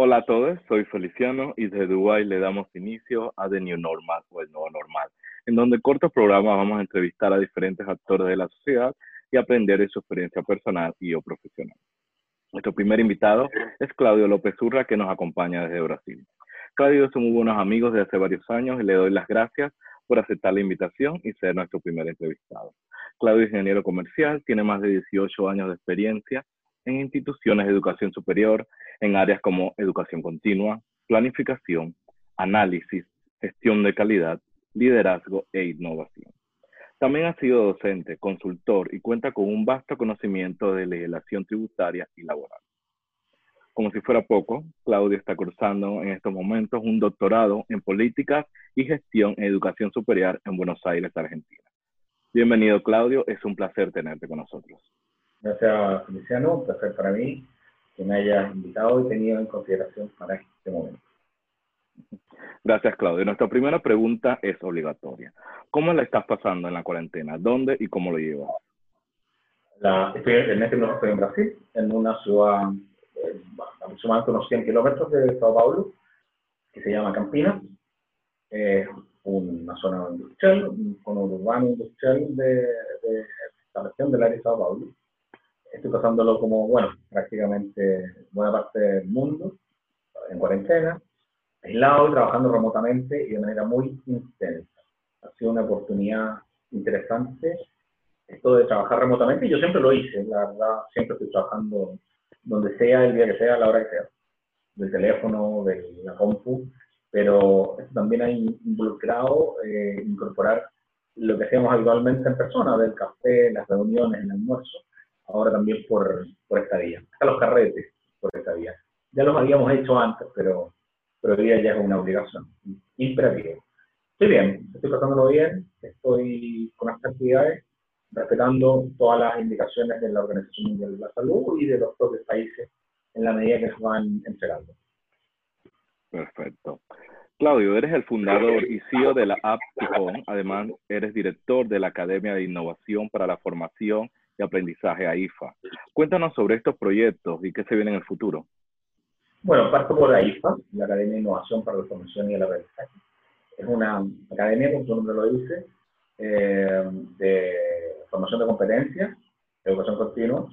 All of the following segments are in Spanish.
Hola a todos, soy Feliciano y desde Dubái le damos inicio a The New Normal o el nuevo normal, en donde en cortos programas vamos a entrevistar a diferentes actores de la sociedad y aprender de su experiencia personal y o profesional. Nuestro primer invitado es Claudio López Urra, que nos acompaña desde Brasil. Claudio y yo somos buenos amigos desde hace varios años y le doy las gracias por aceptar la invitación y ser nuestro primer entrevistado. Claudio es ingeniero comercial, tiene más de 18 años de experiencia en instituciones de educación superior, en áreas como educación continua, planificación, análisis, gestión de calidad, liderazgo e innovación. También ha sido docente, consultor y cuenta con un vasto conocimiento de legislación tributaria y laboral. Como si fuera poco, Claudio está cursando en estos momentos un doctorado en políticas y gestión en educación superior en Buenos Aires, Argentina. Bienvenido, Claudio, es un placer tenerte con nosotros. Gracias, Feliciano, un placer para mí que me hayas invitado y tenido en consideración para este momento. Gracias, Claudio. Nuestra primera pregunta es obligatoria. ¿Cómo la estás pasando en la cuarentena? ¿Dónde y cómo lo llevas? En este momento estoy en Brasil, en una ciudad aproximadamente unos 100 kilómetros de Sao Paulo, que se llama Campinas. Una zona industrial, un cono urbano industrial de esta región del área de Sao Paulo. Estoy pasándolo como, bueno, prácticamente buena parte del mundo, en cuarentena, aislado y trabajando remotamente y de manera muy intensa. Ha sido una oportunidad interesante esto de trabajar remotamente, y yo siempre lo hice, la verdad, siempre estoy trabajando donde sea, el día que sea, a la hora que sea, del teléfono, de la compu, pero esto también ha involucrado incorporar lo que hacíamos habitualmente en persona, del café, las reuniones, el almuerzo, ahora también por esta vía, hasta los carretes por esta vía. Ya los habíamos hecho antes, pero hoy día ya es una obligación, imperativo. Estoy bien, estoy pasándolo bien, estoy con las actividades, respetando todas las indicaciones de la Organización Mundial de la Salud y de los propios países en la medida que nos van entregando. Perfecto. Claudio, eres el fundador y CEO de la app Tifón. Además, eres director de la Academia de Innovación para la Formación y Aprendizaje AIFA. Cuéntanos sobre estos proyectos y qué se viene en el futuro. Bueno, parto por AIFA, la Academia de Innovación para la Formación y el Aprendizaje. Es una academia, como su nombre lo dice, de formación de competencias, educación continua.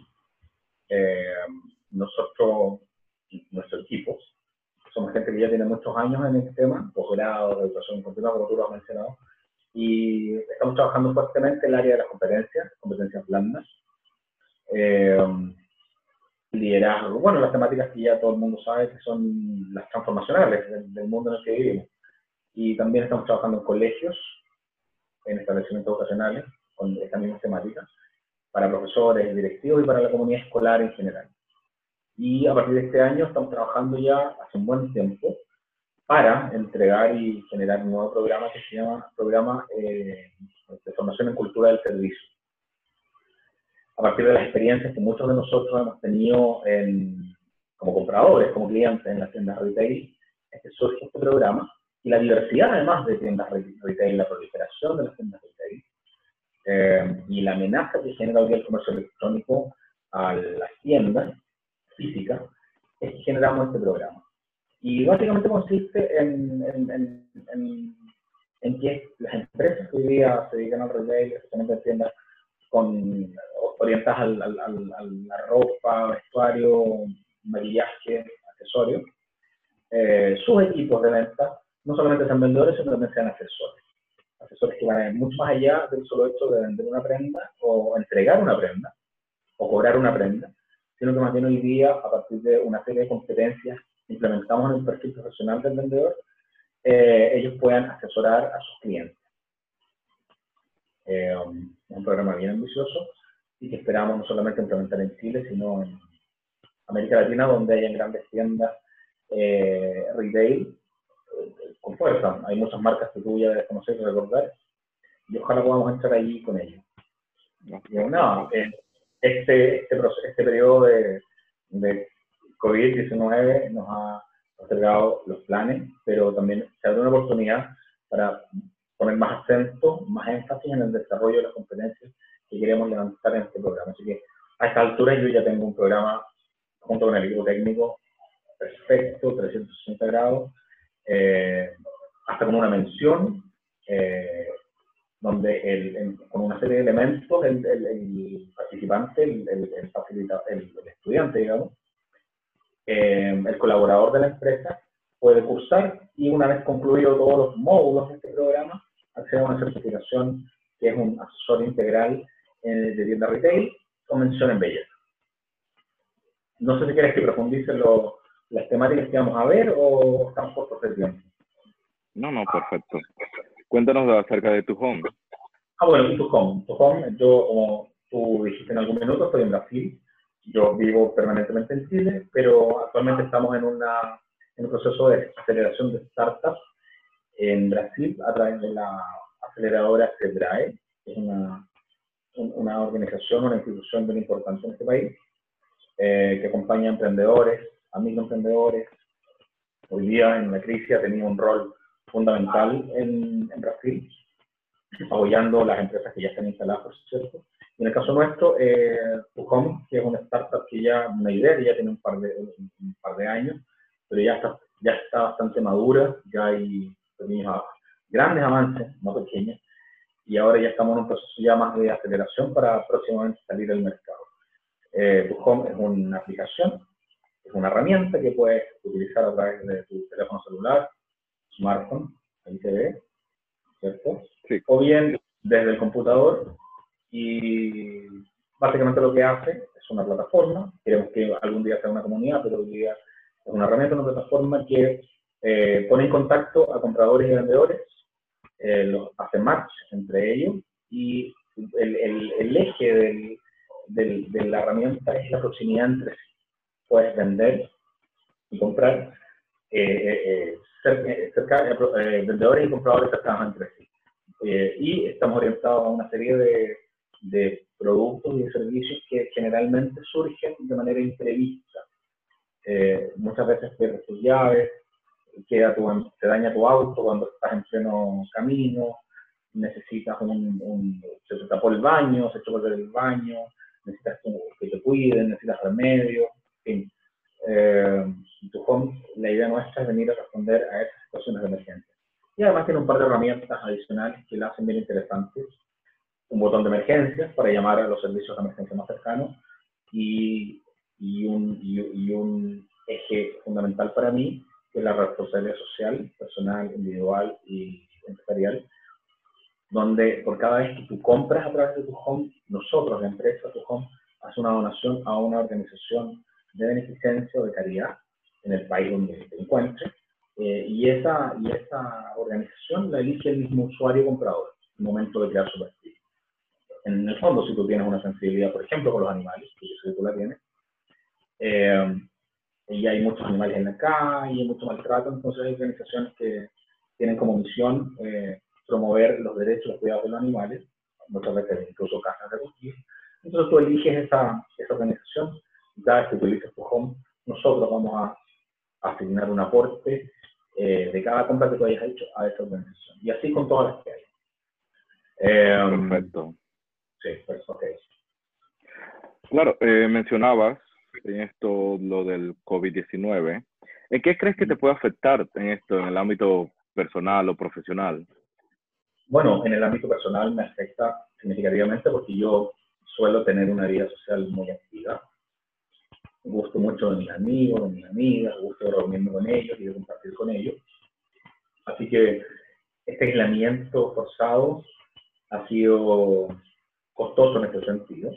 Nosotros, nuestro equipo, somos gente que ya tiene muchos años en este tema, posgrado de educación continua, como tú lo has mencionado, y estamos trabajando fuertemente en el área de las competencias blandas, liderazgo, bueno, las temáticas que ya todo el mundo sabe que son las transformacionales del mundo en el que vivimos. Y también estamos trabajando en colegios, en establecimientos educacionales, con estas mismas temáticas, para profesores, directivos y para la comunidad escolar en general. Y a partir de este año estamos trabajando ya hace un buen tiempo para entregar y generar un nuevo programa que se llama Programa de Formación en Cultura del Servicio. A partir de las experiencias que muchos de nosotros hemos tenido como compradores, como clientes en las tiendas retail, es que surge este programa y la diversidad además de tiendas retail, la proliferación de las tiendas retail y la amenaza que genera hoy día el comercio electrónico a las tiendas físicas, es que generamos este programa. Y básicamente consiste en que las empresas que hoy día se dedican al retail, especialmente en tiendas orientadas a la ropa, vestuario, maquillaje, accesorios, sus equipos de venta no solamente sean vendedores, sino también sean asesores. Asesores que van mucho más allá del solo hecho de vender una prenda, o entregar una prenda, o cobrar una prenda, sino que más bien hoy día, a partir de una serie de competencias que implementamos en el perfil profesional del vendedor, ellos puedan asesorar a sus clientes. Es un programa bien ambicioso y que esperamos no solamente implementar en Chile, sino en América Latina, donde hay grandes tiendas retail con fuerza. Hay muchas marcas que tú ya debes conocer y recordar, y ojalá podamos entrar allí con ellos. Y nada, este periodo de COVID-19 nos ha acelerado los planes, pero también se abre una oportunidad para poner más acento, más énfasis en el desarrollo de las competencias que queremos levantar en este programa. Así que a esta altura yo ya tengo un programa junto con el equipo técnico perfecto, 360 grados, hasta con una mención, donde con una serie de elementos el participante, el estudiante, digamos, el colaborador de la empresa puede cursar y una vez concluido todos los módulos de este programa, accede a una certificación que es un asesor integral de tienda retail con mención en belleza. No sé si quieres que profundice las temáticas que vamos a ver o estamos cortos de tiempo. No, perfecto. Cuéntanos acerca de TwoHome. Bueno, TwoHome, yo, como tú dijiste en algún minuto, estoy en Brasil. Yo vivo permanentemente en Chile, pero actualmente estamos en un proceso de aceleración de startups en Brasil a través de la aceleradora Cedrae, que es una organización, una institución muy importante en este país, que acompaña a emprendedores, a microemprendedores. Hoy día en la crisis ha tenido un rol fundamental en Brasil, apoyando las empresas que ya están instaladas, por cierto. Y en el caso nuestro, TwoHome, que es una startup que una idea que ya tiene un par de años, pero ya está bastante madura, ya hay grandes avances, no pequeños, y ahora ya estamos en un proceso ya más de aceleración para próximamente salir al mercado. TwoHome es una aplicación, es una herramienta que puedes utilizar a través de tu teléfono celular, smartphone, ahí se ve, ¿cierto? Sí. O bien desde el computador, y básicamente lo que hace es una plataforma. Queremos que algún día sea una comunidad, pero hoy día es una herramienta, una plataforma que pone en contacto a compradores y vendedores, los hace match entre ellos, y el eje de la herramienta es la proximidad entre sí. Puedes vender y comprar, vendedores y compradores cercanos entre sí. Y estamos orientados a una serie de productos y de servicios que generalmente surgen de manera imprevista. Muchas veces pierdes tus llaves, se daña tu auto cuando estás en pleno camino, necesitas se te tapó el baño, se echó a perder el baño, necesitas que te cuiden, necesitas remedios, en fin. TwoHome, la idea nuestra es venir a responder a esas situaciones de emergencia. Y además tiene un par de herramientas adicionales que la hacen bien interesantes. Un botón de emergencia para llamar a los servicios de emergencia más cercanos, y un eje fundamental para mí, que es la responsabilidad social, personal, individual y empresarial, donde por cada vez que tú compras a través de TwoHome, nosotros, la empresa TwoHome, hace una donación a una organización de beneficencia o de caridad en el país donde te encuentres, y esa organización la elige el mismo usuario comprador en el momento de crear su perfil. En el fondo, si tú tienes una sensibilidad, por ejemplo, con los animales, que yo sé que tú la tienes, y hay muchos animales en la calle, mucho maltrato, entonces hay organizaciones que tienen como misión promover los derechos y los cuidados de los animales, muchas veces incluso casas de refugio. Entonces tú eliges esa organización, y cada vez que utilices TwoHome, nosotros vamos a asignar un aporte de cada compra que tú hayas hecho a esa organización. Y así con todas las que hay. Perfecto. Sí, pues ok. Claro, mencionabas en esto lo del COVID-19. ¿En qué crees que te puede afectar en esto, en el ámbito personal o profesional? Bueno, en el ámbito personal me afecta significativamente porque yo suelo tener una vida social muy activa. Gusto mucho de mis amigos, de mis amigas, gusto de reunirme con ellos y de compartir con ellos. Así que este aislamiento forzado ha sido costoso en este sentido.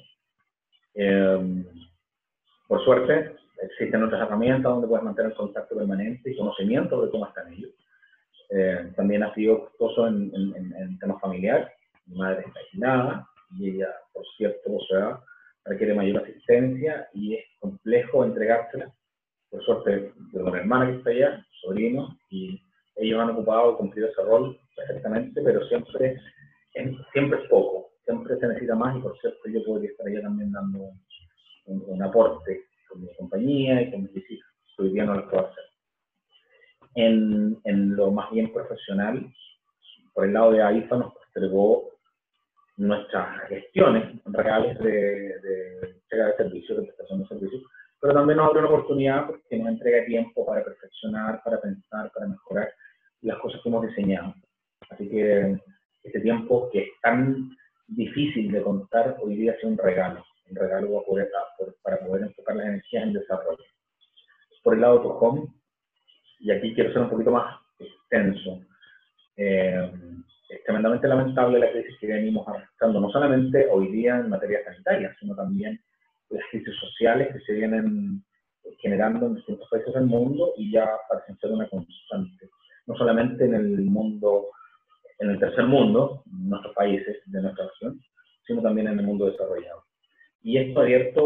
Por suerte, existen otras herramientas donde puedes mantener contacto permanente y conocimiento de cómo están ellos. También ha sido costoso en temas familiares. Mi madre está aislada y ella, por cierto, requiere mayor asistencia y es complejo entregársela. Por suerte, tengo una hermana que está allá, sobrino, y ellos han ocupado, cumplido ese rol perfectamente, pero siempre es poco, siempre se necesita más, y por cierto yo podría estar allá también dando un aporte con mi compañía y con mis visitas, que hoy día no lo puedo hacer. En lo más bien profesional, por el lado de AIFA nos postergó nuestras gestiones reales de entrega de servicios, de prestación de servicios, pero también nos abre una oportunidad porque nos entrega tiempo para perfeccionar, para pensar, para mejorar las cosas que hemos diseñado. Así que este tiempo que es tan difícil de contar, hoy día es un regalo para poder enfocar las energías en desarrollo. Por el lado de TuHome, y aquí quiero ser un poquito más extenso, es tremendamente lamentable la crisis que venimos arrastrando, no solamente hoy día en materia sanitaria, sino también las crisis sociales que se vienen generando en distintos países del mundo y ya parecen ser una constante. No solamente en el mundo, en el tercer mundo, en nuestros países de nuestra región, sino también en el mundo desarrollado. Y esto ha abierto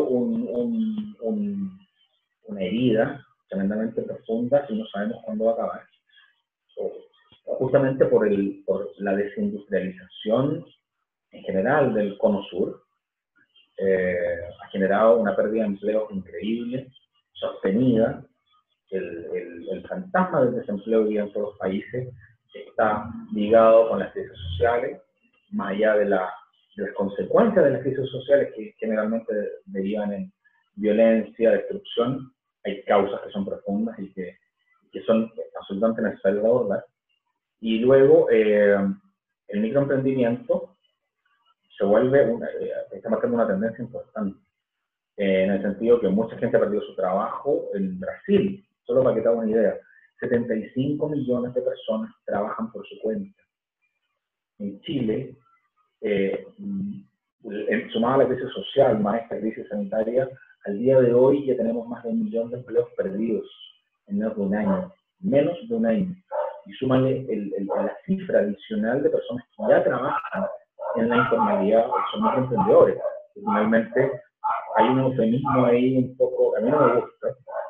una herida tremendamente profunda y no sabemos cuándo va a acabar. Justamente por la desindustrialización en general del cono sur, ha generado una pérdida de empleos increíble, sostenida. El fantasma del desempleo hoy en todos los países está ligado con las crisis sociales, más allá de las consecuencias de las crisis sociales que generalmente derivan en violencia, destrucción. Hay causas que son profundas y que son absolutamente necesarias de abordar. Y luego el microemprendimiento se vuelve está marcando una tendencia importante, en el sentido que mucha gente ha perdido su trabajo. En Brasil, solo para que te hagas una idea, 75 millones de personas trabajan por su cuenta. En Chile, sumada a la crisis social, más esta crisis sanitaria, al día de hoy ya tenemos más de 1 millón de empleos perdidos en menos de un año. Menos de un año. Y súmale la cifra adicional de personas que ya trabajan en la informalidad, son más emprendedores. Finalmente, hay un eufemismo ahí un poco, a mí no me gusta.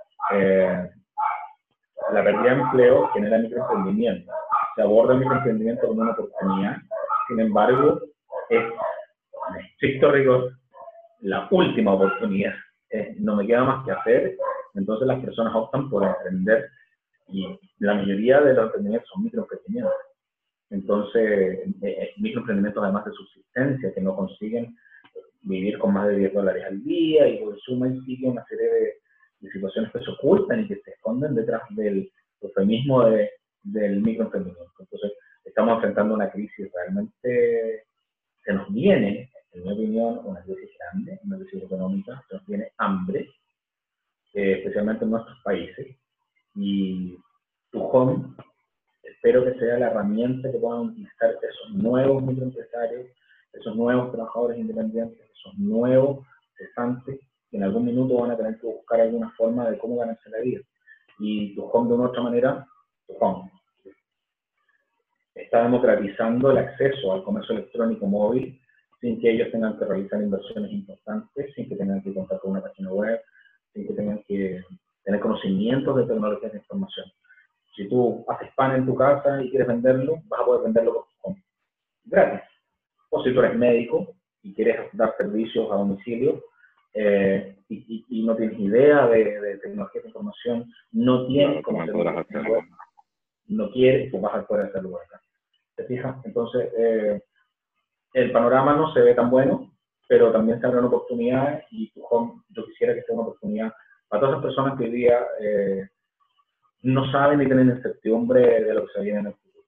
La pérdida de empleo genera microemprendimiento. Se aborda el microemprendimiento como una oportunidad. Sin embargo, es, en estricto rigor, la última oportunidad. No me queda más que hacer. Entonces las personas optan por emprender. Y la mayoría de los emprendimientos son microemprendimientos. Entonces, microemprendimientos además de subsistencia, que no consiguen vivir con más de $10 al día, y por suma y sigue una serie de situaciones que se ocultan y que se esconden detrás del eufemismo del microemprendimiento. Entonces, estamos enfrentando una crisis realmente que nos viene, en mi opinión, una crisis grande, una crisis económica, que nos viene hambre, especialmente en nuestros países. Y TuHome, espero que sea la herramienta que puedan utilizar esos nuevos microempresarios, esos nuevos trabajadores independientes, esos nuevos cesantes, que en algún minuto van a tener que buscar alguna forma de cómo ganarse la vida. Y TuHome, de una u otra manera, TuHome está democratizando el acceso al comercio electrónico móvil sin que ellos tengan que realizar inversiones importantes, sin que tengan que contar con una página web, sin que tengan que tener conocimientos de tecnologías de información. Si tú haces pan en tu casa y quieres venderlo, vas a poder venderlo por TuHome, gratis. O si tú eres médico y quieres dar servicios a domicilio y no tienes idea de tecnologías de información, no tienes cómo hacerlo, no quieres, pues vas a poder hacerlo acá. ¿Te fijas? Entonces, el panorama no se ve tan bueno, pero también se abren oportunidades y TuHome, yo quisiera que sea una oportunidad para todas las personas que hoy día no saben ni tienen incertidumbre de lo que se viene en el futuro.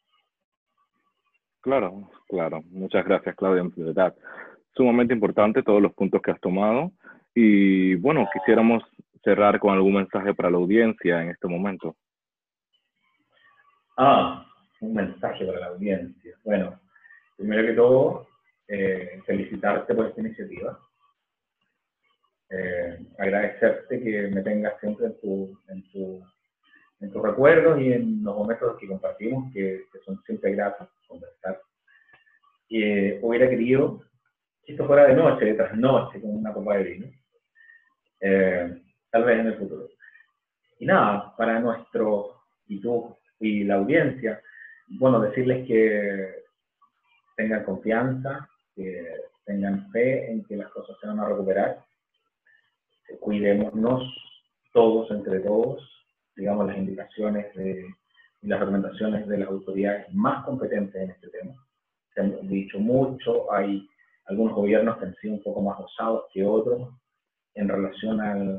Claro, claro. Muchas gracias, Claudia, en verdad. Sumamente importante todos los puntos que has tomado. Y bueno, quisiéramos cerrar con algún mensaje para la audiencia en este momento. Un mensaje para la audiencia. Bueno, primero que todo, felicitarte por esta iniciativa. Agradecerte que me tengas siempre en tus recuerdos y en los momentos que compartimos, que son siempre gratos conversar. Hubiera querido que esto fuera de noche, de trasnoche, con una copa de vino, tal vez en el futuro. Y nada, para y tú y la audiencia, bueno, decirles que tengan confianza, que tengan fe en que las cosas se van a recuperar, que cuidémonos todos entre todos, digamos las indicaciones y las recomendaciones de las autoridades más competentes en este tema. Se han dicho mucho, hay algunos gobiernos que han sido un poco más osados que otros, en relación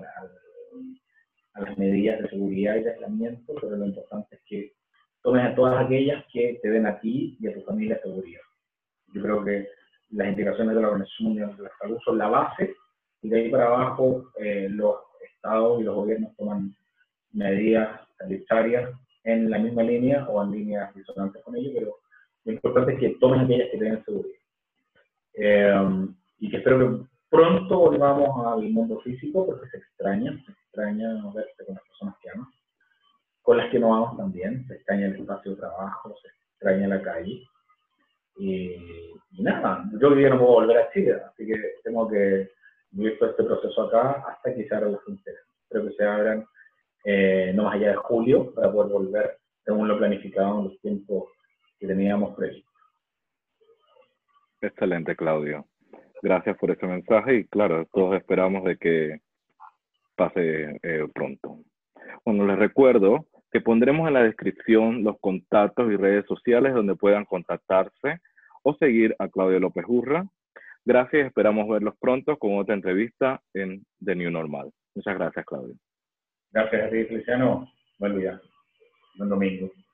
a las medidas de seguridad y de aislamiento, pero lo importante es que tomes a todas aquellas que te den a ti y a tu familia seguridad. Yo creo que las indicaciones de la Organización Mundial de la Salud son la base, y de ahí para abajo los estados y los gobiernos toman medidas arbitrarias en la misma línea o en líneas disonantes con ello, pero lo importante es que tomen aquellas que tengan seguridad. Y que espero que pronto volvamos al mundo físico, porque se extraña verse con las personas que amas, con las que no vamos también, se extraña el espacio de trabajo, se extraña la calle. Y nada, yo hoy día no puedo volver a Chile, así que tengo que vivir todo este proceso acá hasta que se abran las fronteras. Espero que se abran no más allá de julio, para poder volver según lo planificado en los tiempos que teníamos previstos. Excelente, Claudio. Gracias por ese mensaje y claro, todos esperamos de que pase pronto. Bueno, les recuerdo que pondremos en la descripción los contactos y redes sociales donde puedan contactarse o seguir a Claudio López Urra. Gracias y esperamos verlos pronto con otra entrevista en The New Normal. Muchas gracias, Claudio. Gracias a ti, Feliciano. Buen día. Buen domingo.